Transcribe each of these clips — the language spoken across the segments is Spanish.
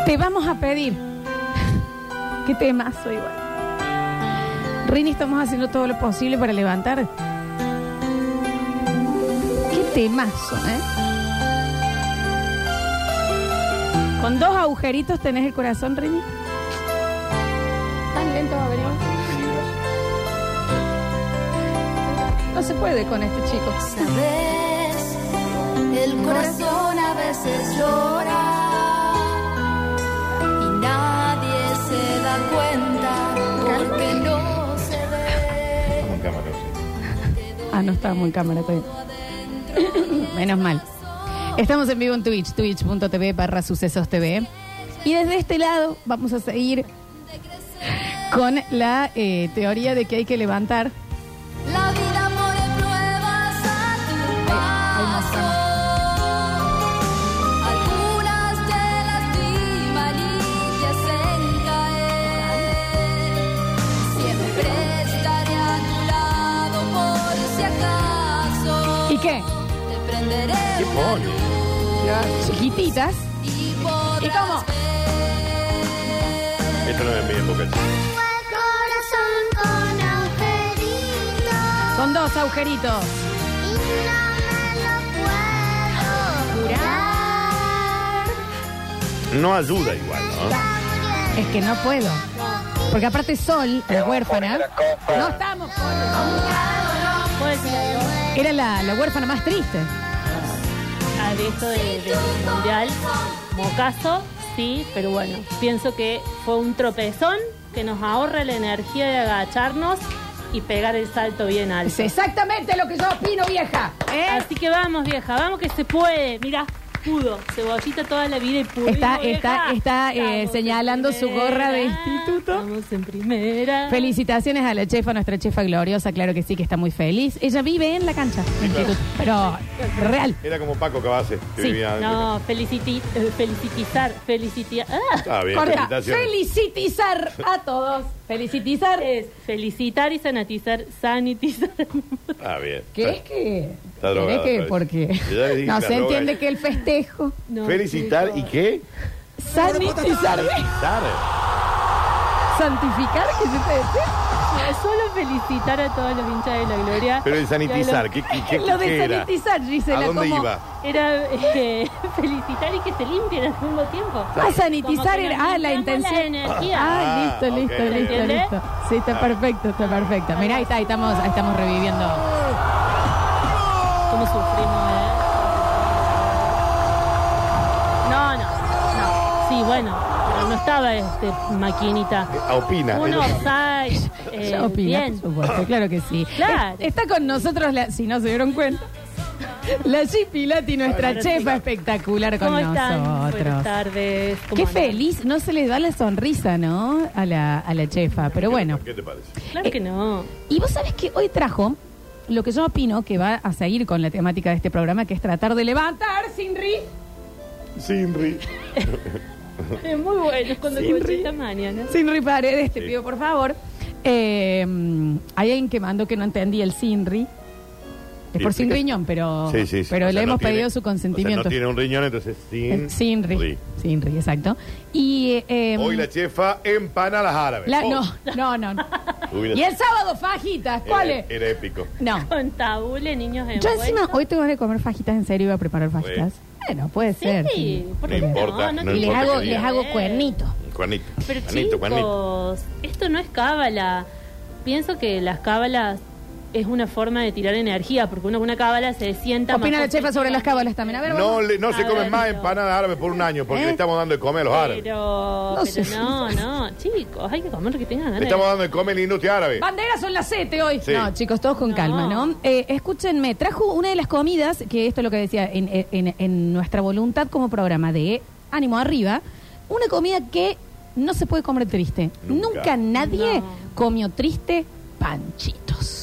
Te vamos a pedir. Qué temazo igual. Rini, estamos haciendo todo lo posible para levantar. Qué temazo, Con 2 agujeritos tenés el corazón, Rini. Tan lento va a venir. No se puede con este chico. Sabes, el corazón a veces llora y nadie se da cuenta porque no se ve. Estamos en cámara, sí. Ah, no estábamos en cámara todavía. Menos mal. Estamos en vivo en Twitch, twitch.tv/sucesostv. Y desde este lado vamos a seguir con la teoría de que hay que levantar. La vida pone pruebas a tu paso. Algunas te lastiman y te hacen caer. Siempre estaré a tu lado por si acaso. ¿Y qué? Te prenderé ¿Qué pone? Chiquititas. y ¿Y podrás cómo? ver. Esto no es mi época. Corazón con agujeritos Con 2 agujeritos. y no me lo puedo curar. No ayuda igual, ¿no? Es que no puedo. Porque aparte Sol, la huérfana. No estamos. ¿Puedo decir algo? Era la huérfana más triste. Ah, de esto del mundial, mocazo, sí, pero bueno, pienso que fue un tropezón que nos ahorra la energía de agacharnos y pegar el salto bien Es alto. exactamente lo que yo opino, vieja. Así que vamos, vieja, vamos que se puede. Mirá, pudo. Cebollita toda la vida y pudo. Está Estamos señalando en su gorra de primera, instituto. Estamos en primera. Felicitaciones a la chefa, nuestra chefa gloriosa, claro que sí, que está muy feliz. Ella vive en la cancha, instituto, pero real. Era como Paco Cabase, que Sí. vivía... No, felicitizar. Está bien, Corta. felicitaciones. Felicitizar a todos. Felicitizar. Es felicitar y sanitizar. Está bien. ¿Qué es que? Está drogada, ¿Qué? parece. Porque Ya le dije no que se la droga entiende es- que el festejo. No, Felicitar chicos. y qué? Sanitizar. Felicitar. Santificar, ¿qué se te dice? No, solo felicitar a todos los hinchas de la gloria. Pero el sanitizar, Y a ¿qué Lo de qué era? sanitizar, Gisela, ¿A dónde como... iba? Era felicitar y que se limpien al mismo tiempo. Ah, sanitizar Como que era... nos Ah, la limpiamos intención. la energía. Ah, listo, ok. listo. ¿Entiende? Sí, está perfecto, está perfecto. Mirá, ahí estamos reviviendo. ¿Cómo sufrimos, No. Sí, bueno, pero no estaba maquinita. Opina. Un offside. Ya opina, Bien. por supuesto, claro que sí. Claro. Está con nosotros, si no se dieron cuenta, la G Pilati, nuestra Hola, chefa chicos. espectacular con ¿Cómo están? Buenas nosotros. tardes. ¿Cómo Qué andan? feliz, no se le da la sonrisa, ¿no? A la chefa, pero bueno. ¿Qué te parece? Claro que no. Y vos sabés que hoy trajo lo que yo opino que va a seguir con la temática de este programa, que es tratar de levantar sin ri. Sinri. Es muy bueno cuando Sí, escuché ri. esta mañana. Sin ri Paredes, te Sí. pido por favor. Hay alguien que mandó que no entendía el Sinri. Es Sí, por sin explica. riñón, pero, Sí, sí, sí. pero O le sea, hemos no tiene- pedido su O sea, consentimiento. no tiene un riñón, entonces Sinri. Sinri, exacto. Y Hoy la chefa empana las árabes. no. Hubiera- Y el sábado fajitas, ¿cuál es? Era épico. No. Con tabule, niños Yo envueltos. encima hoy tengo que comer fajitas en serio, iba a preparar fajitas. Bueno, puede ser. Sí, ¿por No qué importa, no? no Y les importa hago, que les diga. hago cuernito. Cuernito. Pero Cuernito, cuernito. chicos, esto no es cábala. Pienso que las cábalas es una forma de tirar energía, porque uno con una cábala se sienta Opina la más chefa sobre las cábalas también. A ver, No, vamos. no se A comen ver, más pero- empanadas árabes por un año porque ¿Eh? le estamos dando de comer a los árabes. Pero No sé. no, chicos, hay que comer lo que tengan ganas. Le estamos dando de comer a la industria árabe. Banderas son las 7 hoy. Sí. No, chicos, todos con No. calma, ¿no? Escúchenme, trajo una de las comidas, que esto es lo que decía, en nuestra voluntad como programa de ánimo arriba, una comida que no se puede comer triste. Nunca. Nunca nadie No. comió triste panchitos.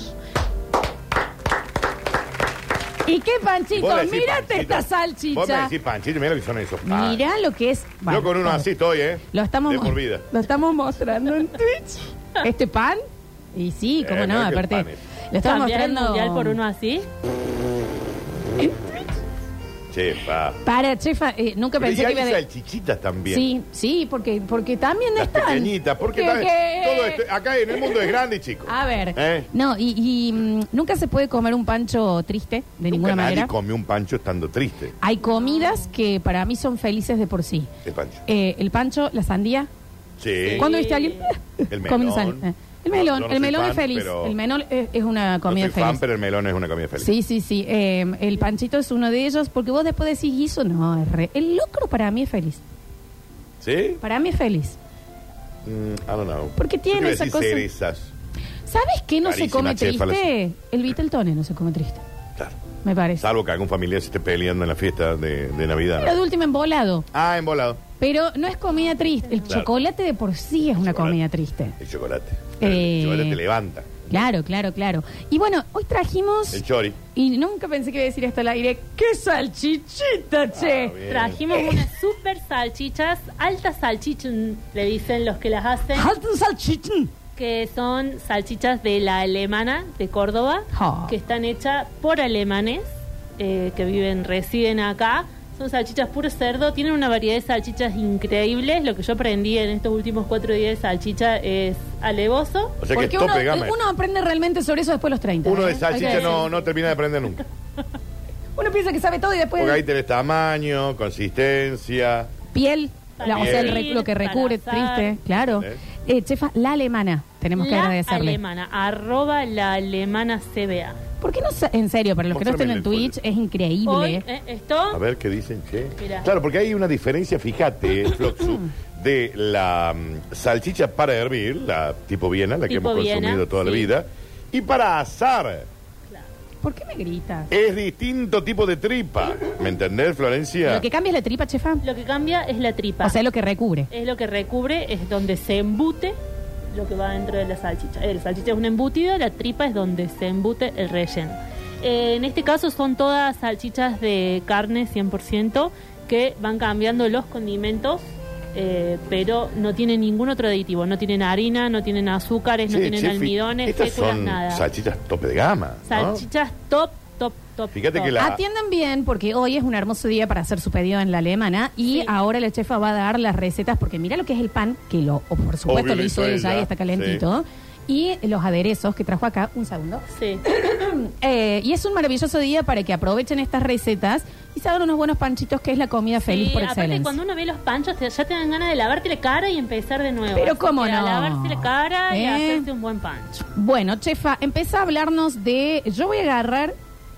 ¿Y qué Vos panchitos? le decís Mírate panchito. esta Vos me salchicha. decís panchito, mira lo que son esos. Mirá lo que es. Yo Bueno, con uno así estoy, ¿eh? Lo estamos, De por vida. lo estamos mostrando en Twitch. ¿Este pan? Y sí, cómo no, no es que el aparte. pan es. Lo estamos ¿Cambiar el mostrando. mundial por uno así? Sí, chefa. Para, chefa, nunca Pero pensé y que hay iba a... salchichitas también. Sí, sí, porque también Las están. pequeñitas, porque Que- que- todo esto, acá en el mundo es grande y chico. A ver, ¿Eh? no, nunca se puede comer un pancho triste, de ninguna Nunca nadie manera. come un pancho estando triste. Hay comidas que para mí son felices de por sí. El pancho. El pancho, la sandía. Sí. ¿Cuándo viste a alguien? El Comiendo melón. sal- El melón, No, yo no el soy melón fan, es feliz. pero- El melón es una No comida soy feliz. fan, pero el melón es una comida feliz. Sí, sí, sí. El panchito es uno de ellos porque vos después decís guiso, no, el locro para mí es feliz. ¿Sí? Para mí es feliz. I don't know. Porque Yo tiene te iba a esa decir cosa- cerezas. ¿Sabes qué no se Carísima, come chefa, triste? El Viteltoné no se come triste, Claro. me parece. Salvo que algún familiar se esté peleando en la fiesta de Navidad. Pero de ¿no? último embolado. Ah, embolado. Pero no es comida triste. El Claro. chocolate de por sí es una Chocolate. comida triste. El chocolate. Eh, El chocolate te levanta. Claro, claro, claro. Y bueno, hoy trajimos... El chori. Y nunca pensé que iba a decir esto al aire. ¡Qué salchichita, che! Ah, bien. Trajimos unas super salchichas, altas salchichas, le dicen los que las hacen, ¡Alto salchichín! que son salchichas de la alemana de Córdoba, Ah. que están hechas por alemanes que residen acá. Son salchichas puro cerdo, tienen una variedad de salchichas increíbles. Lo que yo aprendí en estos últimos 4 días de salchicha es alevoso. O sea que Porque es tope de gama. uno aprende realmente sobre eso después de los 30. Uno ¿eh? de Hay salchicha que no, decir. no termina de aprender nunca. Uno piensa que sabe todo y después... Porque ahí tenés tamaño, consistencia. Piel, o sea, Piel. lo que recubre, Para asar. triste, claro. Chefa, la alemana, tenemos que La agradecerle. alemana, @la alemana CBA. ¿Por qué no? En serio, para los que no estén en Mostrame el Twitch, es increíble. Hoy, esto... A ver qué dicen, che. Mirá. Claro, porque hay una diferencia, fíjate, Floxu, de la salchicha para hervir, la tipo Viena, la que Tipo hemos Viena, consumido toda la sí. vida, y para asar. ¿Por qué me gritas? Es distinto tipo de tripa. ¿Me entendés, Florencia? Lo que cambia es la tripa, chefa. Lo que cambia es la tripa. O sea, lo que recubre. Es lo que recubre, es donde se embute lo que va dentro de la salchicha. La salchicha es un embutido, la tripa es donde se embute el relleno. En este caso son todas salchichas de carne 100% que van cambiando los condimentos, pero no tienen ningún otro aditivo. No tienen harina, no tienen azúcares, no Che, tienen che, almidones, estas féculas, son nada. salchichas tope de gama, ¿no? Salchichas top, top, top. Fíjate top. que la- Atiendan bien porque hoy es un hermoso día para hacer su pedido en la alemana y Sí. ahora la chefa va a dar las recetas porque mira lo que es el pan, que o por supuesto Obvio lo lo hizo hizo ella ella, y está calentito. Y los aderezos que trajo acá, un segundo. Sí. Y es un maravilloso día para que aprovechen estas recetas y se hagan unos buenos panchitos, que es la comida feliz Sí, por aparte excelencia. cuando uno ve los panchos ya te dan ganas de lavarte la cara y empezar de nuevo. Pero Así cómo que a no. lavarse la cara y ¿Eh? hacerse un buen pancho. Bueno, chefa, empieza a hablarnos de... Yo voy a agarrar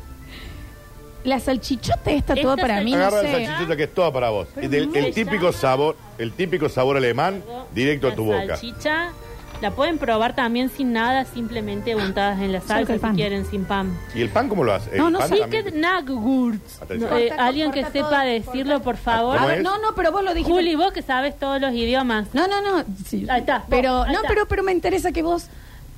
la salchichota esta toda Esta para mí, no Agarra la sé. salchichota que es toda para vos. Pero El no típico sabor alemán, directo a La tu boca. salchicha la pueden probar también sin nada, simplemente untadas en la Solo que salsa el si pan. quieren, sin pan. ¿Y el pan cómo lo hace? No, ¿El no pan sé. también? Chicken Nugget. Atención. Alguien que Corta sepa todo, decirlo, por A favor. ¿Cómo ver, es? no, pero vos lo dijiste. Juli, vos que sabes todos los idiomas. No, sí. Ahí está, vos, Pero, ahí no, está. pero me interesa que vos...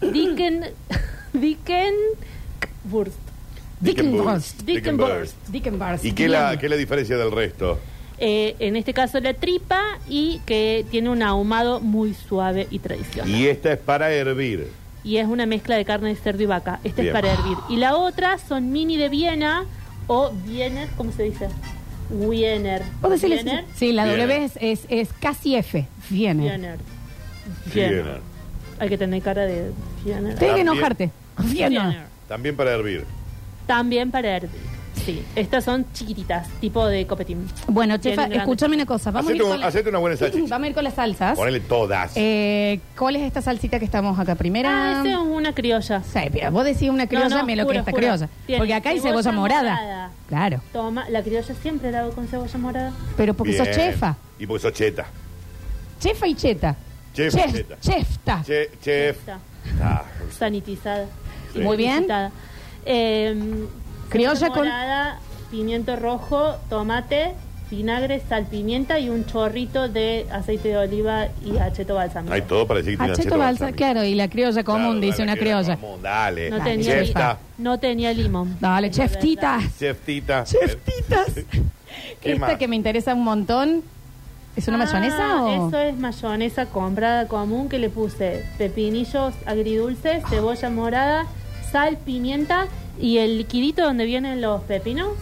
Dickenwurst. Dickenwurst. Dickenwurst. ¿Y qué la diferencia del resto? En este caso la tripa y que tiene un ahumado muy suave y tradicional. Y esta es para hervir. Y es una mezcla de carne de cerdo y vaca. Esta Bien. es para hervir. Y la otra son mini de Viena o Wiener, ¿cómo se dice? Wiener. ¿Vos decirle así? Wiener. Sí, la Viene. W es casi F. Viene. Wiener. Wiener. Bien. Hay que tener cara de Wiener. Tienes que También. enojarte. Viene. Wiener. También para hervir. También para hervir. Sí, estas son chiquititas, tipo de copetín. Bueno, Tienen chefa, grandes. escúchame una cosa. Vamos a ir con la- Hacete una buena salchicha. Vamos a ir con las salsas. Ponele todas. ¿Cuál es esta salsita que estamos acá? Primera. Esta es una criolla. Sí, pero vos decís una criolla, No, mira lo que es esta juro. criolla. Tiene Porque acá hay cebolla morada. Claro. Toma, la criolla siempre la hago con cebolla morada. Pero porque sos Bien. chefa. Y porque sos cheta. Chefa y cheta. Chef y cheta. Chefta. Chef. Esta, Ah, sanitizada. Sí. Muy bien. Sanitizada. Criolla cebolla con- morada, pimiento rojo, tomate, vinagre, sal, pimienta y un chorrito de aceite de oliva y acheto balsámico. hay todo para decir que tiene Acheto acheto balsa, balsámico. claro, y la criolla común, Claro, dice la una criolla. común, dale. No Dale, tenía chefa. Chefta. No tenía limón. Dale, Es la cheftita. verdad. Cheftita. Cheftitas. ¿Qué Esta más? que me interesa un montón. ¿Es una mayonesa o...? Eso es mayonesa comprada común que le puse pepinillos agridulces, cebolla morada, sal, pimienta y el liquidito donde vienen los pepinos.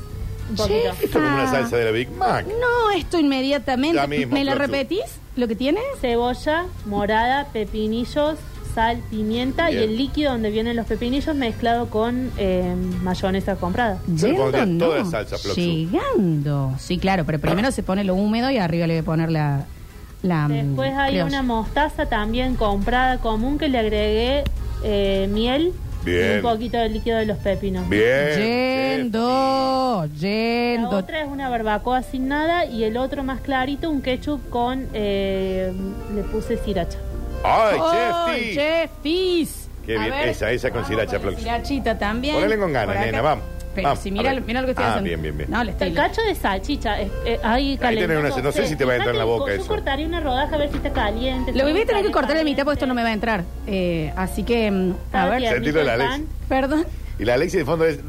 Un poquito. Esto es como una salsa de la Big Mac. No, esto inmediatamente. Ya mismo, ¿Me la Floxu. repetís? ¿Lo que tiene? Cebolla morada, pepinillos, sal, pimienta Bien. y el líquido donde vienen los pepinillos mezclado con mayonesa comprada. Yo le pondría Yendo, toda no. la salsa, Floxu. Llegando. Sí, claro, pero primero se pone lo húmedo y arriba le voy a poner la Después hay criolla. una mostaza también comprada común que le agregué miel Bien. y un poquito de líquido de los pepinos. Bien. Yendo, La yendo. otra es una barbacoa sin nada y el otro más clarito, un ketchup con le puse sriracha. ¡Ay, ¡Oh, Chef! chefis! Qué A bien, ver, esa con vamos sriracha, con la Floxu. srirachita también. Ponele con ganas, Por acá. nena, vamos. Pero Vamos, si a mira, ver. mira lo que estoy Ah, haciendo. bien, bien, bien. No, le estoy... El cacho de salchicha, ahí calentando. no sé si te va a entrar en la boca Yo eso. cortaría una rodaja a ver si está caliente. Lo voy a tener que Caliente. cortar la mitad, porque esto no me va a entrar. Así que, a Está ver. tiernito Sentilo de la el Alex. pan. Perdón. Y la Alexi de fondo es...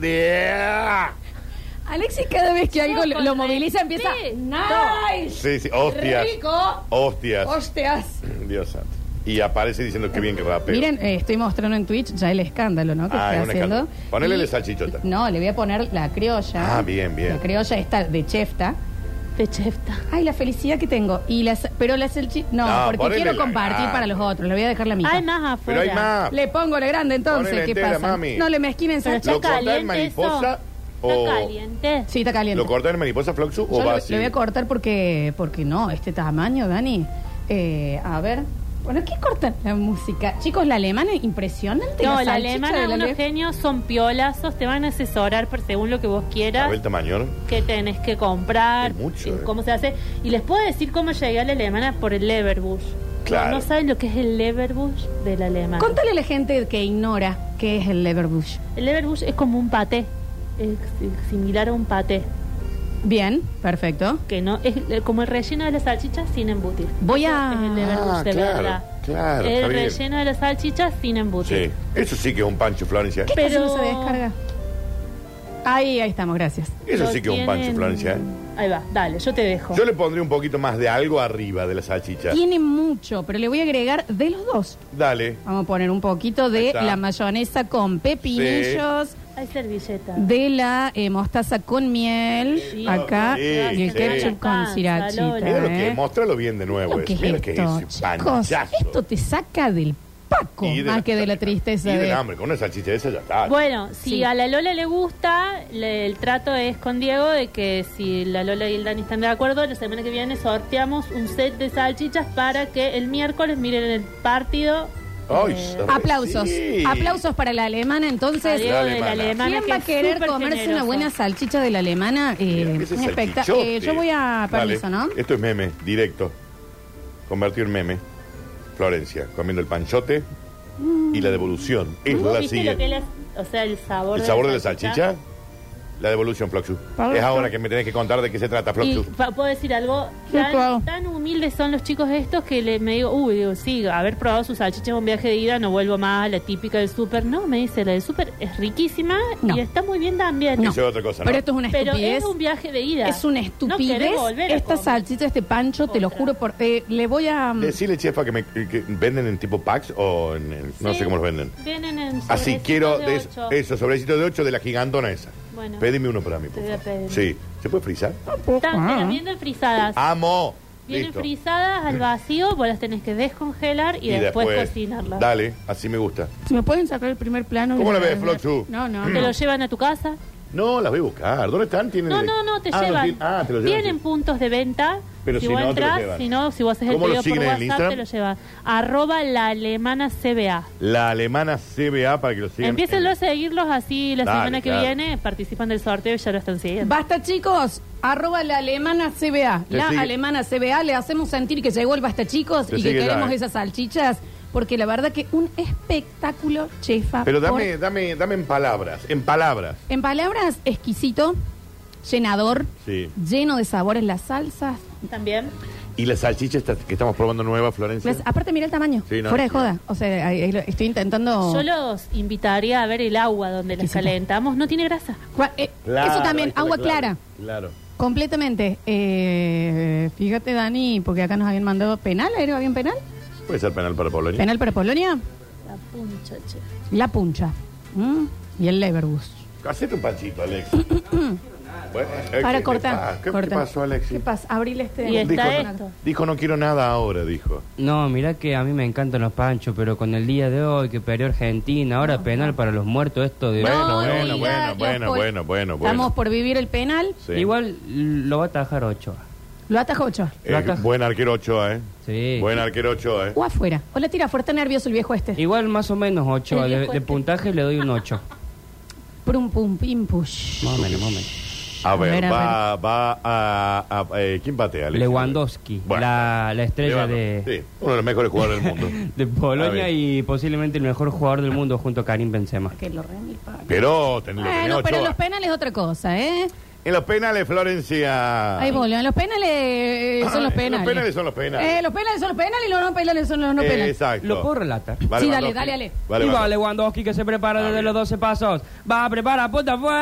Alexis, cada vez que algo lo moviliza, empieza. Sí. ¡Nice! Sí, sí, hostias. ¡Rico! Hostias. ¡Hostias! Dios santo. Y aparece diciendo que bien que rapeo. Miren, estoy mostrando en Twitch ya el escándalo, ¿no? Que Ah, estoy es un haciendo. escándalo. Ponele Y- la salchichota. No, le voy a poner la criolla. Ah, bien, bien. La criolla esta de chefta. De chefta. Ay, la felicidad que tengo. Pero la salchicha... No, No, porque ponele quiero la compartir grande. para los otros. Le voy a dejar la mitad. Hay más afuera. Pero hay más. Le pongo la grande entonces. Ponele ¿Qué entera, pasa? mami. No le mezquinen Pero salchicha. ¿Lo está cortás en caliente eso. mariposa o...? Está caliente. Sí, está caliente. ¿Lo cortás en mariposa, Floxu, o Yo va le así? voy a cortar porque no, este tamaño, Dani. A ver. Bueno, ¿qué corta la música? Chicos, la alemana es impresionante. No, la salchicha alemana, de la unos ale- genios, son piolazos, te van a asesorar según lo que vos A quieras, ver el tamaño. qué tenés que comprar, Es mucho, cómo se hace. Y les puedo decir cómo llegué a la alemana por el Leberbush. Claro. No saben lo que es el Leberbush de la alemana. Contale a la gente que ignora qué es el Leberbush. El Leberbush es como un paté, es similar a un paté, Bien, perfecto. que no es como el relleno de las salchichas sin embutir. Voy Eso a- es el Leberbush Ah, de claro, verdad. claro, está El bien. relleno de las salchichas sin embutir. Sí. Eso sí que es un pancho, Florencia. ¿Qué Pero- está haciendo? Se descarga. Ahí estamos, gracias. Eso Lo sí que es un pancho, tienen- Florencia. Ahí va, dale, yo te dejo. Yo le pondría un poquito más de algo arriba de la salchicha. Tiene mucho, pero le voy a agregar de los dos. Dale. Vamos a poner un poquito Ahí de está. la mayonesa con pepinillos, Hay servilleta. de la mostaza con miel, Sí. acá, Sí, y el sí. ketchup con Panza, srirachita. Lola. Mira lo que mostralo bien de nuevo. ¿Lo que eso. es Mira lo que esto? es ese Chicos, panchazo. esto te saca del paco, Y más que de la tristeza Y del de... hambre. Con una salchicha de esa ya está. Bueno, si Sí. a la Lola le gusta, el trato es con Diego de que si la Lola y el Dani están de acuerdo, la semana que viene sorteamos un set de salchichas para que el miércoles miren el partido. Ay, Aplausos, sí. aplausos para la alemana, A entonces... Diego de la alemana. alemana. ¿Quién que va a es querer súper comerse una generoso. buena salchicha de la alemana? Mira, ese Un salchichote. yo voy a... Dale. Permiso, ¿no? Esto es meme, directo. Convertido en meme. Florencia, comiendo el panchote y la devolución. Es ¿Vos la viste lo que siguiente. o sea, el sabor, ¿El sabor de la salchicha? La devolución, Floxu. Pablo, Es ahora que me tenés que contar de qué se trata, Y Floxu. puedo decir algo, Claro. tan humildes son los chicos estos que me digo, sí, haber probado su salchicha en un viaje de ida, no vuelvo más, la típica del súper. No, me dice, la del súper es riquísima No. y está muy bien también. No. Eso es otra cosa, ¿no? Pero esto es una Pero estupidez. es un viaje de ida. Es una No estupidez. querés volver a Esta comer. salchicha, este pancho, te lo Otra. juro por... le voy a... Decirle, chefa, que venden en tipo packs o no Sí, sé cómo los venden. Vienen en Así, sobrecitos quiero de de ocho. eso, sobrecito de 8 de la gigantona esa. Bueno. Pedime uno para mí, por Te voy a favor. pedir. Sí. ¿Se puede frizar? Pero vienen frisadas. ¡Amo! Vienen Listo. frisadas al vacío, vos las tenés que descongelar y, después cocinarlas. Dale, así me gusta. Si me pueden sacar el primer plano... ¿Cómo y- la ves, Floxu? No, no, Te no. lo llevan a tu casa. No, las voy a buscar. ¿Dónde están? ¿Tienen No, el- no, te Ah, llevan. ti- te lo llevan. Tienen puntos de venta. Pero si vos no, te lo entras, llevan. si no, si vos haces el ¿Cómo lo pedido por siguen en el WhatsApp, te lo Instagram? llevan. @la alemana CBA. La alemana CBA para que lo sigan. Empiécenlo a seguirlos así la Dale, semana que claro. viene, participan del sorteo y ya lo están siguiendo. Basta, chicos. @la alemana CBA. Te La sigue. alemana CBA. Le hacemos sentir que llegó el Basta, chicos, Te y que sigue ya, queremos ¿eh? esas salchichas. Porque la verdad que un espectáculo, chefa. Pero por- dame en palabras. En palabras. En palabras, exquisito, llenador, Sí. lleno de sabores las salsas. También. Y la salchicha que estamos probando nueva, Florencia. Aparte, mira el tamaño. Sí, no, Fuera de sí. joda. O sea, estoy intentando... Yo los invitaría a ver el agua donde las Exquisito. calentamos. No tiene grasa. Claro, eso también, ahí está agua la clave. clara. Claro. Completamente. Fíjate, Dani, porque acá nos habían mandado penal. ¿Era bien penal? Puede ser penal para Polonia. ¿Penal para Polonia? La puncha, che. La puncha. Y el Leverbush. Hacete un panchito, Alex. Bueno, Para ¿qué cortar. le pasa? ¿Qué corta. pasó, Alexis? ¿Qué pasa? Abril este. Y está Dijo, esto. dijo, no quiero nada ahora, dijo. No, mirá que a mí me encantan los panchos, pero con el día de hoy que perdió Argentina, ahora penal para los muertos, esto de... Bueno, No, bueno, diga, bueno, los bueno, pol- bueno, bueno, bueno. Estamos por vivir el penal. Sí. Igual lo va a atajar Ochoa. Lo ataja Ochoa. Buen arquero Ochoa, ¿eh? Sí. Buen arquero Ochoa, ¿eh? O afuera. O la tira fuera, está nervioso el viejo este. Igual más o menos Ochoa. El viejo De este. puntaje le doy un 8. Prum, pum, pim, push. Más o menos, más o menos. A ver, a va a ¿quién patea, Alexis? Lewandowski, Bueno. la estrella Lewandowski, de, sí, uno de los mejores jugadores del mundo. de Está Polonia bien. y posiblemente el mejor jugador del mundo junto a Karim Benzema. Que lo remil paga. Pero tenía Bueno, Ochoa. pero en los penales es otra cosa, ¿eh? En los penales, Florencia. Ahí volvió. En los penales son los penales. Los penales son los penales. Los penales son los penales y los no penales son los no penales. Exacto. ¿Lo puedo relatar? Va Sí, Lewandowski. dale. Vale, Y va Lewandowski. Lewandowski que se prepara desde los 12 pasos. Va a preparar, puta, fue.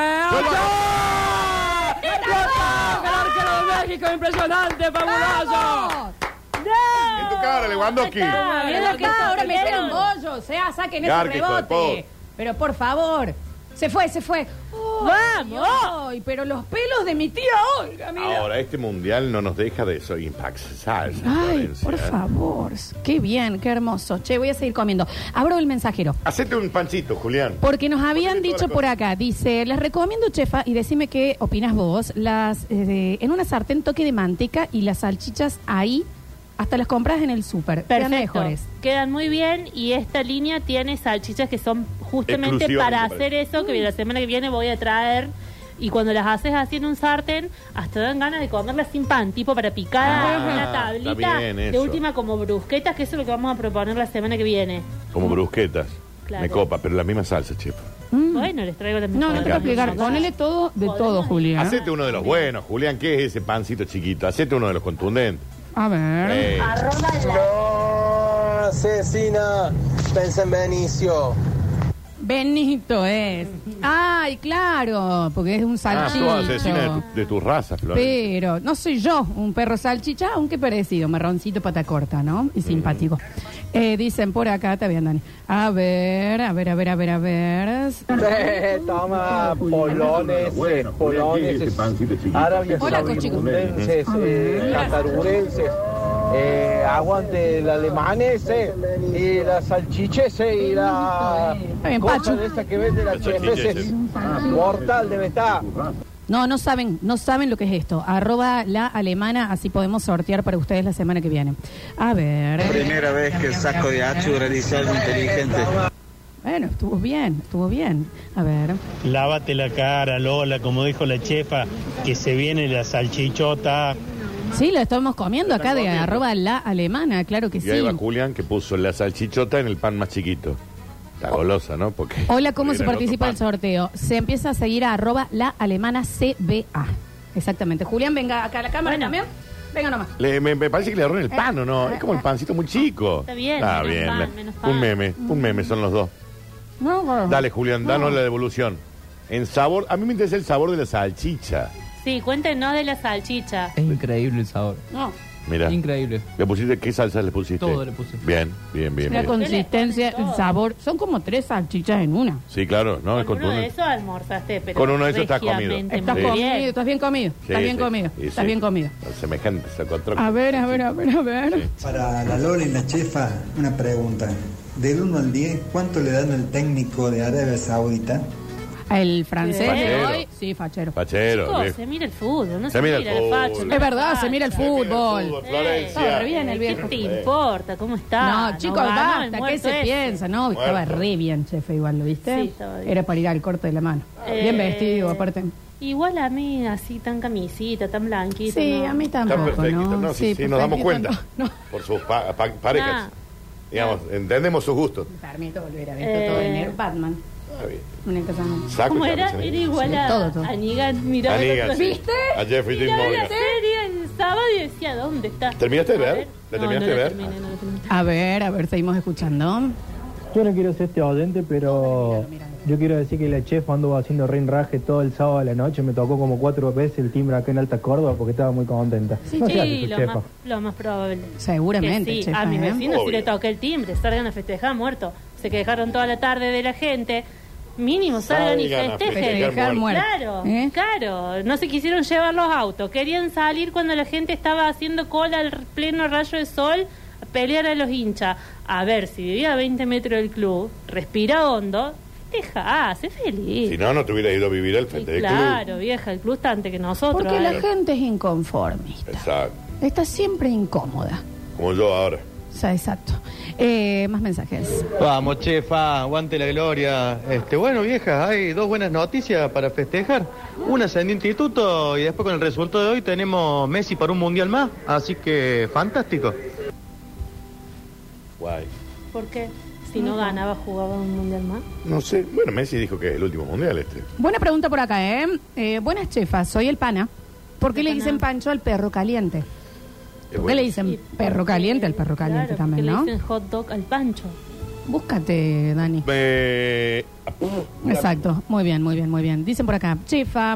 ¡Ochoa! ¡Lo ataca el arquero de México! ¡Impresionante, fabuloso! ¡Vamos! En tu cara, Lewandowski. Ah, Mira mira lo que lo que está, ahora está meter un peleando. bollo, o sea, saquen ese Garque, hijo de rebote. puta. Pero por favor, se fue. ¡Vamos! Ay, pero los pelos de mi tía Olga, mira. Ahora, este mundial no nos deja de eso. Impactar. Ay, por favor, qué bien, qué hermoso. Che, voy a seguir comiendo. Abro el mensajero. Hacete un pancito, Julián. Porque nos habían Ponele todas dicho las por cosas. acá, dice, les recomiendo, chefa, y decime qué opinas vos, en una sartén toque de manteca y las salchichas ahí, hasta las compras en el súper. Quedan Perfecto. mejores. Quedan muy bien y esta línea tiene salchichas que son justamente Exclusivamente para para hacer eso, que la semana que viene voy a traer. Y cuando las haces así en un sartén, hasta dan ganas de comerlas sin pan, tipo para picar Ah, una está tablita bien de eso. última como brusquetas, que eso es lo que vamos a proponer la semana que viene. Como brusquetas. Claro. Me copa, pero la misma salsa, chef. Bueno, les traigo también. No te puedo explicar. Podemos- Ponele todo de todo, Julia. Hacete uno de los buenos, Julián. ¿Qué es ese pancito chiquito? Hacete uno de los contundentes. A ver. No, asesina. Pensa en Benicio. Benito es. Ay, claro, porque es un Tú salchicho. asesina de tu raza, Florencia. Pero no soy yo un perro salchicha, aunque parecido, marroncito, pata corta, ¿no? Y simpático. Dicen por acá, está bien, Dani. A ver. Toma, poloneses, árabes Hola, chicos. saudienses, catarurenses, aguante el alemán y la salchichese y la bien, cosa Pacho. de esa que vende la La salchicha chef ese. mortal debe estar. No saben lo que es esto. @la alemana, así podemos sortear para ustedes la semana que viene. A ver. Primera vez que el saco de achura dice algo inteligente. Bueno, estuvo bien. A ver. Lávate la cara, Lola, como dijo la chefa, que se viene la salchichota. Sí, lo estamos comiendo acá de @la alemana, claro que Y ahí sí. va Julián, que puso la salchichota en el pan más chiquito. Está golosa, ¿no? Porque Hola, ¿cómo se era el participa otro del sorteo? Se empieza a seguir a @la alemana CBA. Exactamente. Julián, venga acá a la cámara Bueno. también. Venga nomás. Me parece que le agarró en el pan, ¿o no? Es como el pancito muy chico. Está bien, Está menos bien. pan, menos pan. Un meme son los dos. No, bueno. Dale, Julián, danos la devolución. En sabor, a mí me interesa el sabor de la salchicha. Sí, cuéntenos de la salchicha. Es increíble el sabor. No. Mira. Increíble. ¿Le pusiste qué salsa le pusiste? Todo le puse. Bien. La consistencia, el sabor. Son como 3 salchichas en una. Sí, claro, ¿no? Es Con uno de contundente. esos almorzaste, pero Con uno de esos estás comido. regiamente Estás muy comido, bien. estás bien comido. Sí, Estás bien sí. comido. Sí, Estás sí. bien comido. Semejante, sacotroco. A ver. Para la Lola y la chefa, una pregunta. Del 1 al 10, ¿cuánto le dan al técnico de Arabia Saudita? El francés de Fachero. hoy, sí, fachero. Fachero, Chicos, viejo. se mira el fútbol, no Se se, mira mira el el fútbol. facho. Es verdad, se mira el fútbol. Florencia. Todo re bien el ¿Qué viejo. te importa? ¿Cómo está? No, chicos, ganó el basta, ¿qué muerto se ese. piensa? No, estaba Muerto. re bien, chefe, igual, ¿lo viste? Sí, estaba bien. Era para ir al corte de la mano. Bien vestido, aparte. Igual a mí, así tan camisita, tan blanquita. Sí, no. a mí Está tampoco, perfectito, ¿no? ¿no? Sí, nos damos perfectito, cuenta. No, Por sus parejas. Ah. Digamos, entendemos sus gustos. Me permito volver a ver esto todo de negro. Batman. Está bien. Una cosa más. Saco ¿Cómo y era? camisa Era negra. igual Sí, a, todo. a Negan. Miraba A el Negan, otro- sí. ¿Viste? A Jeffrey Dean Miraba la Morgan. serie el sábado y decía, ¿dónde está? ¿Terminaste de A ver? ¿La No, terminaste no de la ver? terminé, no la terminé. A ver, seguimos escuchando. Yo no quiero ser este oyente, pero yo quiero decir que la chef anduvo haciendo rinraje todo el sábado a la noche. Me tocó como 4 veces el timbre acá en Alta Córdoba porque estaba muy contenta. Sí, No se hace Sí, su lo chefa. más, lo más probable. Seguramente, Que sí, chefa, a mis ¿eh? vecinos sí Obvio. le toqué el timbre, salgan a festejar muerto. Se quejaron toda la tarde de la gente. Mínimo salgan y Salgan a festejen. festejar muertos. Claro, ¿Eh? claro. No se quisieron llevar los autos. Querían salir cuando la gente estaba haciendo cola al pleno rayo de sol a pelear a los hinchas. A ver, si vivía a 20 metros del club, respira hondo, festeja, sé feliz. Si no, no te hubieras ido a vivir al frente del club. Claro, vieja, el club está antes que nosotros. Porque la ¿eh? gente es inconformista. Exacto. Está siempre incómoda. Como yo ahora. O sea, exacto. Más mensajes. Vamos, chefa, aguante la gloria. Bueno, vieja, hay dos buenas noticias para festejar. Una ascendió instituto y después con el resultado de hoy tenemos Messi para un mundial más. Así que, fantástico. Guay. ¿Por qué? Si no ganaba, jugaba un mundial más. No sé. Bueno, Messi dijo que es el último mundial este. Buena pregunta por acá, ¿eh? Buenas chefas, soy el pana. ¿Por qué le dicen Pancho al perro caliente? ¿Por qué le dicen perro caliente al perro caliente Claro, también, porque no? le dicen hot dog al Pancho. Búscate, Dani. Exacto, muy bien, muy bien, muy bien. Dicen por acá, chefa,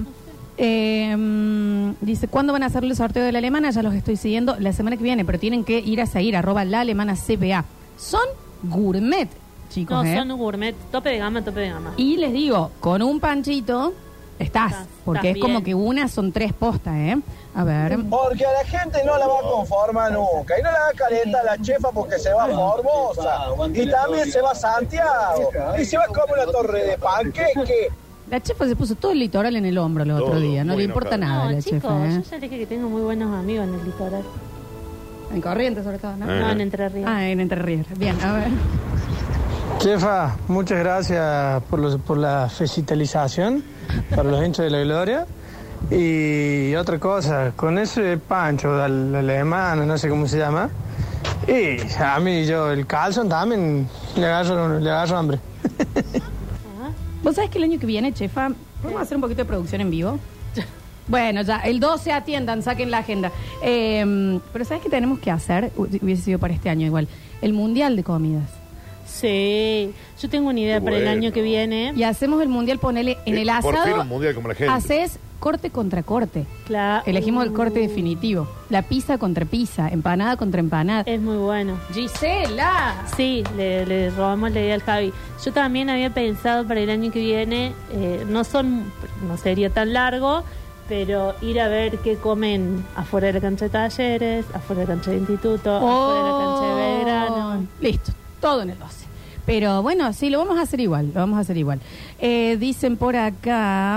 dice, ¿cuándo van a hacer el sorteo de la alemana? Ya los estoy siguiendo la semana que viene, pero tienen que ir a seguir, @laalemana_cba. Son gourmet, chicos, No, son gourmet, tope de gama, tope de gama. Y les digo, con un panchito estás, porque es bien. como que una son 3 postas, ¿eh? A ver. Porque a la gente no la va a conformar nunca. Y no la va a calentar la chefa porque se va a Formosa. Y también se va a Santiago. Y se va a comer una torre de panqueque. La chefa se puso todo el litoral en el hombro el otro Todo, día. No muy le importa enojada. nada a No, la chicos, chefa, ¿eh? yo ya dije que tengo muy buenos amigos en el litoral. En Corrientes, sobre todo, ¿no? No, en Entre Ríos. Ah, en Entre Ríos. Bien, a ver. Chefa, muchas gracias por la felicitación para los hinchas de la gloria. Y otra cosa, con ese Pancho del alemán, no sé cómo se llama, y a mí el Carlson también le agarro hambre. ¿Vos sabés que el año que viene, chefa, podemos hacer un poquito de producción en vivo? Bueno, ya, el 12 atiendan, saquen la agenda. Pero ¿sabés qué tenemos que hacer? Hubiese sido para este año igual. El mundial de comidas. Sí, yo tengo una idea para el año que viene. Y hacemos el mundial, ponele en el Por fin asado. un mundial como la gente. Haces corte contra corte. Claro. Elegimos el corte definitivo. La pizza contra pizza, empanada contra empanada. Es muy bueno. ¡Gisela! Sí, le robamos la idea al Javi. Yo también había pensado para el año que viene, no sería tan largo, pero ir a ver qué comen afuera de la cancha de talleres, afuera de la cancha de instituto, afuera de la cancha de Belgrano. Listo, todo en el 12. Pero bueno, sí, lo vamos a hacer igual, dicen por acá,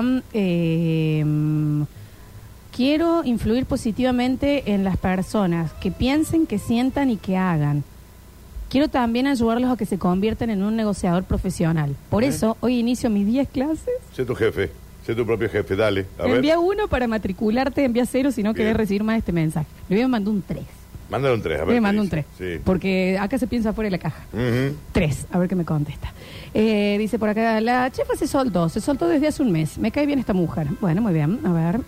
quiero influir positivamente en las personas, que piensen, que sientan y que hagan. Quiero también ayudarlos a que se conviertan en un negociador profesional. Por eso, hoy inicio mis 10 clases. Sé tu jefe, sé tu propio jefe, dale. A ver. Envía 1 para matricularte, envía 0 si no querés recibir más este mensaje. Le voy a mandar un 3. Mándale un 3, a ver. Le mando un 3. Sí. Porque acá se piensa fuera de la caja. Ujú. 3, a ver qué me contesta. Dice por acá, la chefa se soltó desde hace un mes. Me cae bien esta mujer. Bueno, muy bien, a ver.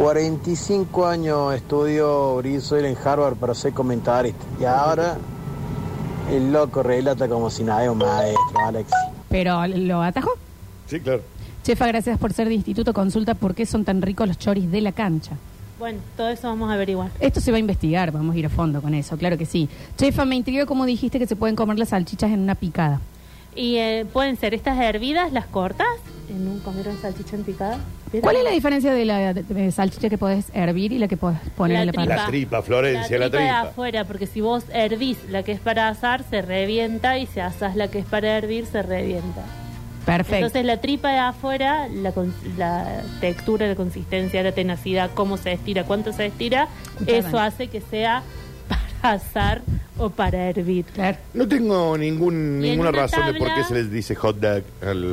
45 años estudio Brizuela en Harvard para ser comentarista. Y ahora el loco relata como si nada es un maestro, Alex. ¿Pero lo atajó? Sí, claro. Chefa, gracias por ser de instituto. Consulta por qué son tan ricos los choris de la cancha. Bueno, todo eso vamos a averiguar. Esto se va a investigar, vamos a ir a fondo con eso, claro que sí. Chefa, me intrigó cómo dijiste que se pueden comer las salchichas en una picada. Y pueden ser estas hervidas, las cortas, en un comer una salchicha en picada. ¿Cuál es la diferencia de la de salchicha que podés hervir y la que podés poner en la parrilla? La tripa, Florencia, la de tripa. afuera, porque si vos hervís la que es para asar, se revienta, y si asás la que es para hervir, se revienta. Perfecto. Entonces la tripa de afuera, la textura, la consistencia, la tenacidad, cómo se estira, cuánto se estira, eso hace que sea para asar o para hervir. Claro. No tengo ninguna una razón de por tabla- qué se les dice hot dog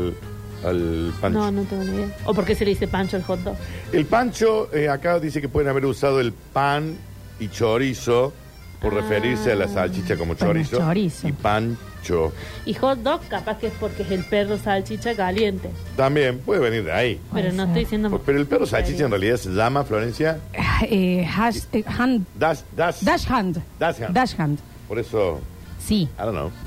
al pancho. No tengo ni idea. ¿O por qué se le dice pancho al hot dog? El pancho, acá dice que pueden haber usado el pan y chorizo por referirse a la salchicha como chorizo. chorizo. Y pancho. Y hot dog capaz que es porque es el perro salchicha caliente. También puede venir de ahí. Pero no estoy diciendo... Pero el perro salchicha en realidad se llama, Florencia, Hand. Dash Hand. Dash Hand. Por eso, Sí. I don't know.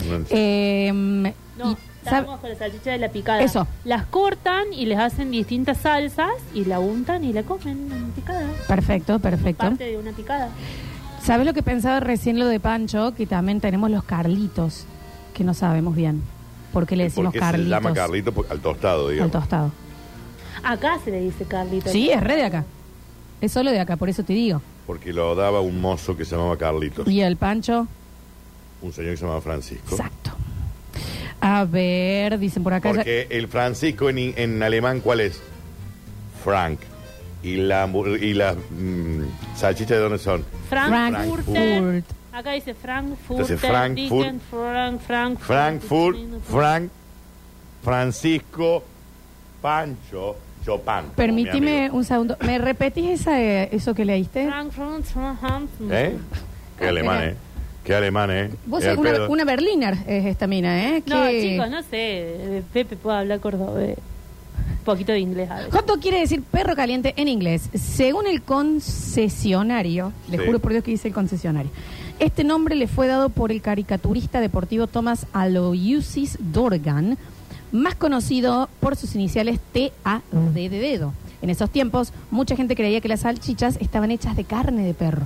No, estábamos con la salchicha de la picada. Eso. Las cortan y les hacen distintas salsas y la untan y la comen en picada. Perfecto. Parte de una picada. ¿Sabes lo que pensaba recién lo de Pancho? Que también tenemos los Carlitos, que no sabemos bien. ¿Por qué le decimos Porque Carlitos? se llama Carlito al tostado, Al digamos. tostado. Acá se le dice Carlito. Sí, es re de acá. Es solo de acá, por eso te digo. Porque lo daba un mozo que se llamaba Carlitos. Y el Pancho. Un señor que se llamaba Francisco. Exacto. A ver, dicen por acá. Porque el Francisco en alemán, ¿cuál es? Frank. Y la salchicha, ¿de dónde son? Frankfurt. Acá dice Frankfurt. Entonces, Frankfurt. Frankfurt, Frank, Francisco, Pancho, Chopin. Permíteme un segundo. ¿Me repetís eso que leíste? Frankfurt. ¿Eh? Qué alemán, ¿eh? Qué alemán, ¿eh? Vos Es sos al pedo. una Berliner, es esta mina, ¿eh? No, Que- chicos, no sé. Pepe puede hablar cordobés. Un poquito de inglés a veces. Joto quiere decir perro caliente en inglés. Según el concesionario, le Sí. juro por Dios que dice el concesionario, este nombre le fue dado por el caricaturista deportivo Thomas Aloysius Dorgan, más conocido por sus iniciales TAD de dedo. En esos tiempos, mucha gente creía que las salchichas estaban hechas de carne de perro,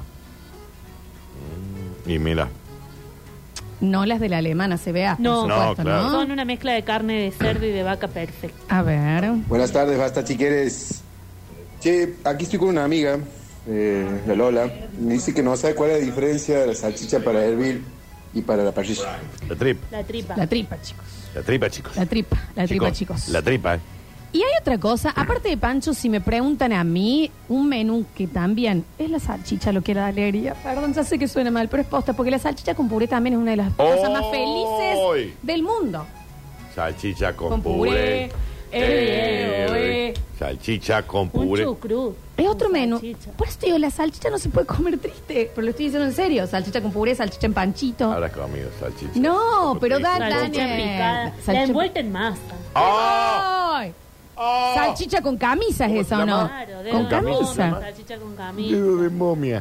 Y mira, no las de la alemana CBA. No, por supuesto, ¿no? Son una mezcla de carne de cerdo y de vaca perfecta. A ver. Buenas tardes, basta chiqueres. Che, aquí estoy con una amiga, la Lola. Me dice que no sabe cuál es la diferencia de la salchicha para hervir y para la parrilla. la tripa. La tripa. La tripa, chicos. La tripa, chicos. La tripa, chicos. La tripa, Y hay otra cosa, aparte de Pancho, si me preguntan a mí, un menú que también es la salchicha, lo que da alegría. Perdón, ya sé que suena mal, pero es posta, porque la salchicha con puré también es una de las cosas más felices del mundo. Salchicha con, Con puré, salchicha con Un puré. chucrú. Es otro menú. Por eso te digo, la salchicha no se puede comer triste, pero lo estoy diciendo en serio. Salchicha con puré, salchicha en panchito. Habrás comido salchicha. No, pero da Salchicha picada. La envuelta en masa. ¡Ay! Salchicha con camisa es esa, ¿o no? Claro, dedo Con de momia, camisa. salchicha con camisa. Dedo de momia.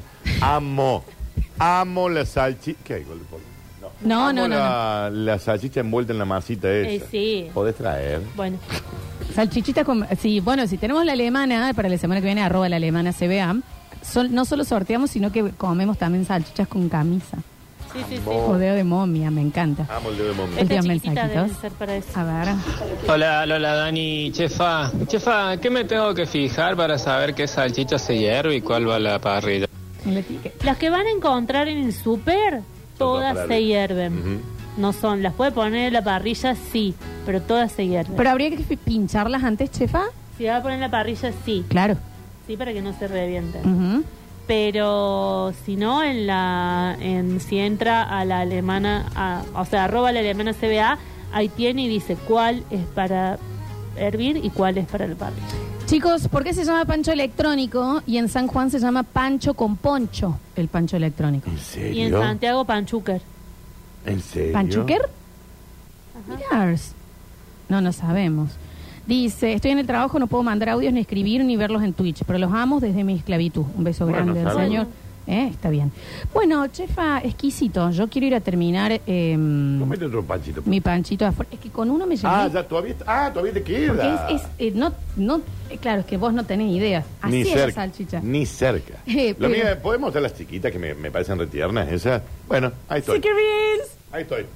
Amo la salchicha. ¿Qué hay, Goldepol? No, Amo no, no, la salchicha envuelta en la masita esa. Sí. ¿Podés traer? Bueno. Salchichita con... Sí, bueno, si tenemos la alemana, para la semana que viene, @ la alemana CBA, no solo sorteamos, sino que comemos también salchichas con camisa. Sí, sí, sí. O dedo de momia, me encanta. Amo el dedo de momia. Últimos Esta chiquitita mensajitos. debe ser para eso. A ver. Hola, Lola, Dani, Chefa. Chefa, ¿qué me tengo que fijar para saber qué salchicha se hierve y cuál va a la parrilla? Las que van a encontrar en el súper, todas para se el- hierven. No son, las puede poner en la parrilla, sí, pero todas se hierven. Pero habría que pincharlas antes, chefa. Si va a poner en la parrilla, sí. Claro. Sí, para que no se revienten. Ujú. Pero si no, si entra a la alemana, o sea, @ la alemana CBA, ahí tiene y dice cuál es para hervir y cuál es para el parrilla. Chicos, ¿por qué se llama pancho electrónico? Y en San Juan se llama pancho con poncho, el pancho electrónico. ¿En Y en Santiago, panchuker. ¿En serio? ¿Panchuker? Mirars. No sabemos. Dice, estoy en el trabajo, no puedo mandar audios, ni escribir, ni verlos en Twitch, pero los amo desde mi esclavitud. Un beso Bueno, grande al está bien. señor. Está bien. Bueno, chefa, exquisito. Yo quiero ir a terminar Comete otro panchito. mi panchito de afuera. Es que con uno me llené. Todavía te queda. Porque claro, es que vos no tenés idea. Así Ni es la cerca. salchicha. Ni cerca. Pero- Lo mío, ¿podemos mostrar las chiquitas que me parecen retiernas? Esas. Bueno, ahí estoy. Ahí estoy.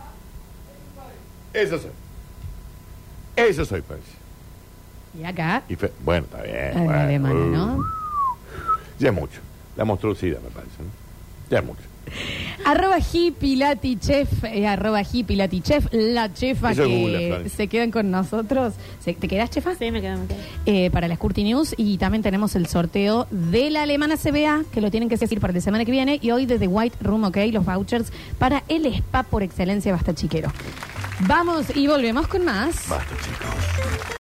Eso soy, pues. Y acá, Bueno, está bien. la bueno. alemana, ¿no? Ya es mucho. La monstruosidad, me parece, ¿no? Ya es mucho. @hipilatichef, @hipilatichef, la chefa Eso es que Google, Florencia. se quedan con nosotros. ¿Te quedás, chefa? Sí, me quedo. Para las Curti News, y también tenemos el sorteo de la alemana CBA, que lo tienen que decir para la semana que viene, y hoy desde White Room, ok, los vouchers para el spa por excelencia Basta Chiquero. Vamos y volvemos con más. Basta, chicos.